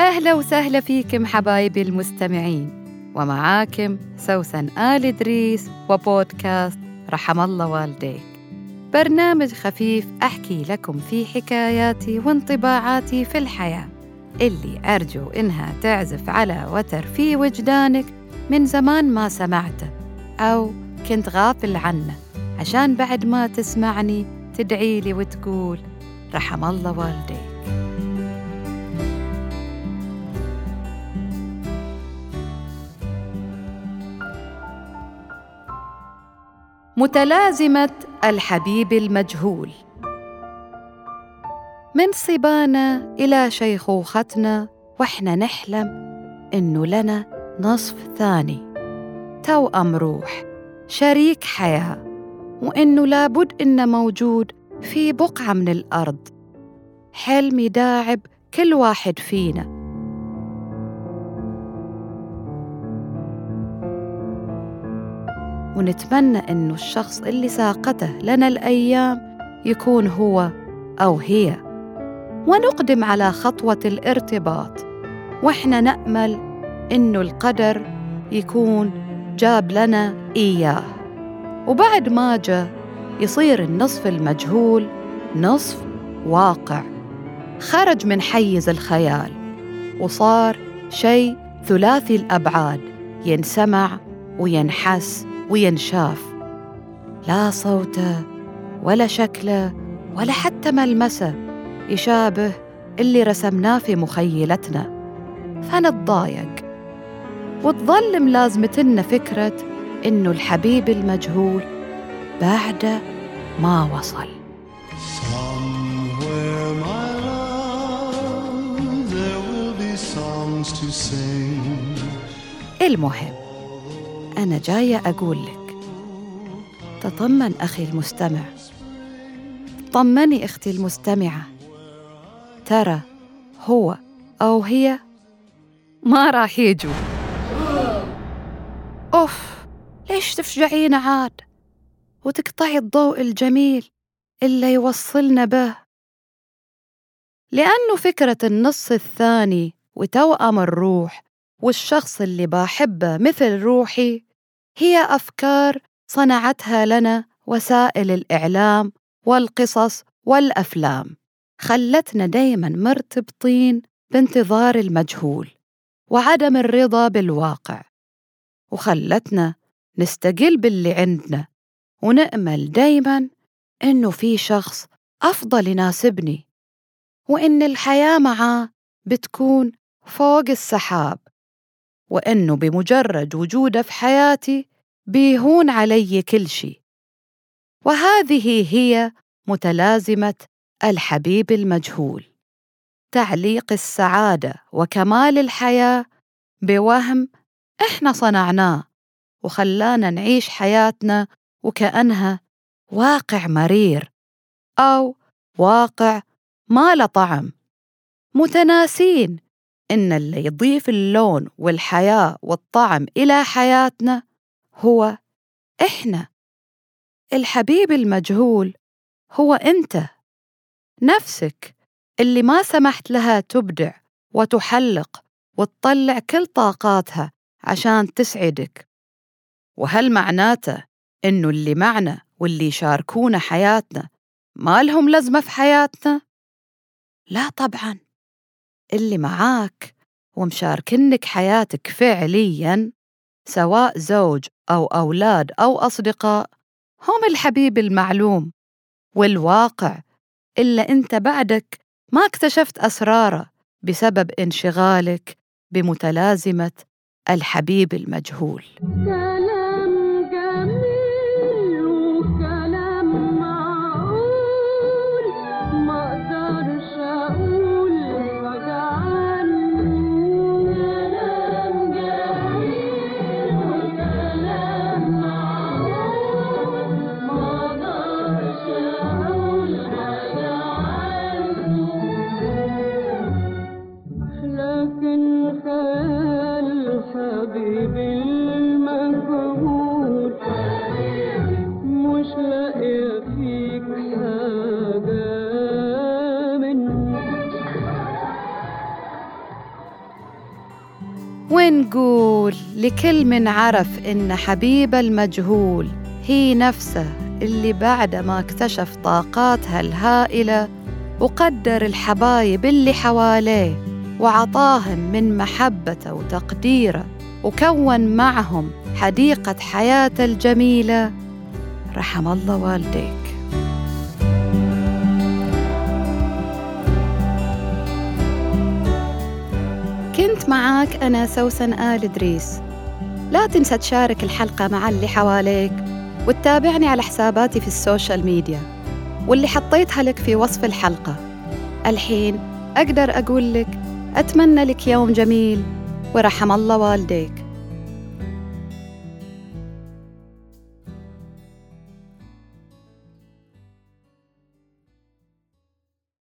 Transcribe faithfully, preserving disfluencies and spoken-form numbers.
أهلا وسهلا فيكم حبايبي المستمعين، ومعاكم سوسن آل إدريس وبودكاست رحم الله والديك، برنامج خفيف أحكي لكم فيه حكاياتي وانطباعاتي في الحياة اللي أرجو إنها تعزف على وتر في وجدانك من زمان ما سمعته أو كنت غافل عنه، عشان بعد ما تسمعني تدعيلي وتقول رحم الله والديك. متلازمة الحبيب المجهول. من صبانا إلى شيخوختنا وإحنا نحلم إنه لنا نصف ثاني، توأم روح، شريك حياة، وإنه لابد إنه موجود في بقعة من الأرض، حلم يداعب كل واحد فينا. ونتمنى إنه الشخص اللي ساقته لنا الأيام يكون هو أو هي، ونقدم على خطوة الارتباط، وإحنا نأمل إنه القدر يكون جاب لنا إياه، وبعد ما جاء يصير النصف المجهول نصف واقع، خرج من حيز الخيال وصار شيء ثلاثي الأبعاد، ينسمع وينحس وينشاف، لا صوته ولا شكله ولا حتى ملمسه يشابه اللي رسمناه في مخيلتنا، فنتضايق وتظل ملازمتنا فكرة إنه الحبيب المجهول بعد ما وصل. المهم أنا جاية أقول لك تطمن أخي المستمع، طمني أختي المستمعة، ترى هو أو هي ما راح يجوا. أوف، ليش تفجعين عاد وتقطعي الضوء الجميل اللي يوصلنا به؟ لأنه فكرة النص الثاني وتوأم الروح والشخص اللي بحبه مثل روحي هي أفكار صنعتها لنا وسائل الإعلام والقصص والأفلام، خلتنا دايماً مرتبطين بانتظار المجهول وعدم الرضا بالواقع، وخلتنا نستقل باللي عندنا ونأمل دايماً إنه في شخص أفضل يناسبني، وإن الحياة معاه بتكون فوق السحاب، وإنه بمجرد وجوده في حياتي بيهون علي كل شيء. وهذه هي متلازمة الحبيب المجهول، تعليق السعادة وكمال الحياة بوهم إحنا صنعناه وخلانا نعيش حياتنا وكأنها واقع مرير أو واقع ما له طعم، متناسين إن اللي يضيف اللون والحياة والطعم إلى حياتنا هو إحنا. الحبيب المجهول هو أنت نفسك اللي ما سمحت لها تبدع وتحلق وتطلع كل طاقاتها عشان تسعدك. وهل معناته إنه اللي معنا واللي يشاركونا حياتنا ما لهم لازمة في حياتنا؟ لا طبعاً، اللي معاك ومشاركنك حياتك فعلياً سواء زوج أو أولاد أو أصدقاء هم الحبيب المعلوم والواقع، إلا أنت بعدك ما اكتشفت أسراره بسبب انشغالك بمتلازمة الحبيب المجهول. كلام جميل وكلام معقول، ما أقدرش أقول حاجة عنه. كلام جميل وكلام معقول، ما أقدرش أقول حاجة عنه. لكن خيال حبيبي المجهول ونقول لكل من عرف إن حبيب المجهول هي نفسه اللي بعد ما اكتشف طاقاتها الهائلة وقدر الحبايب اللي حواليه وعطاهم من محبته وتقديره وكون معهم حديقة حياته الجميلة، رحم الله والديك. كنت معاك أنا سوسن آل إدريس. لا تنسى تشارك الحلقة مع اللي حواليك وتتابعني على حساباتي في السوشيال ميديا واللي حطيتها لك في وصف الحلقة. الحين أقدر أقول لك أتمنى لك يوم جميل ورحم الله والديك.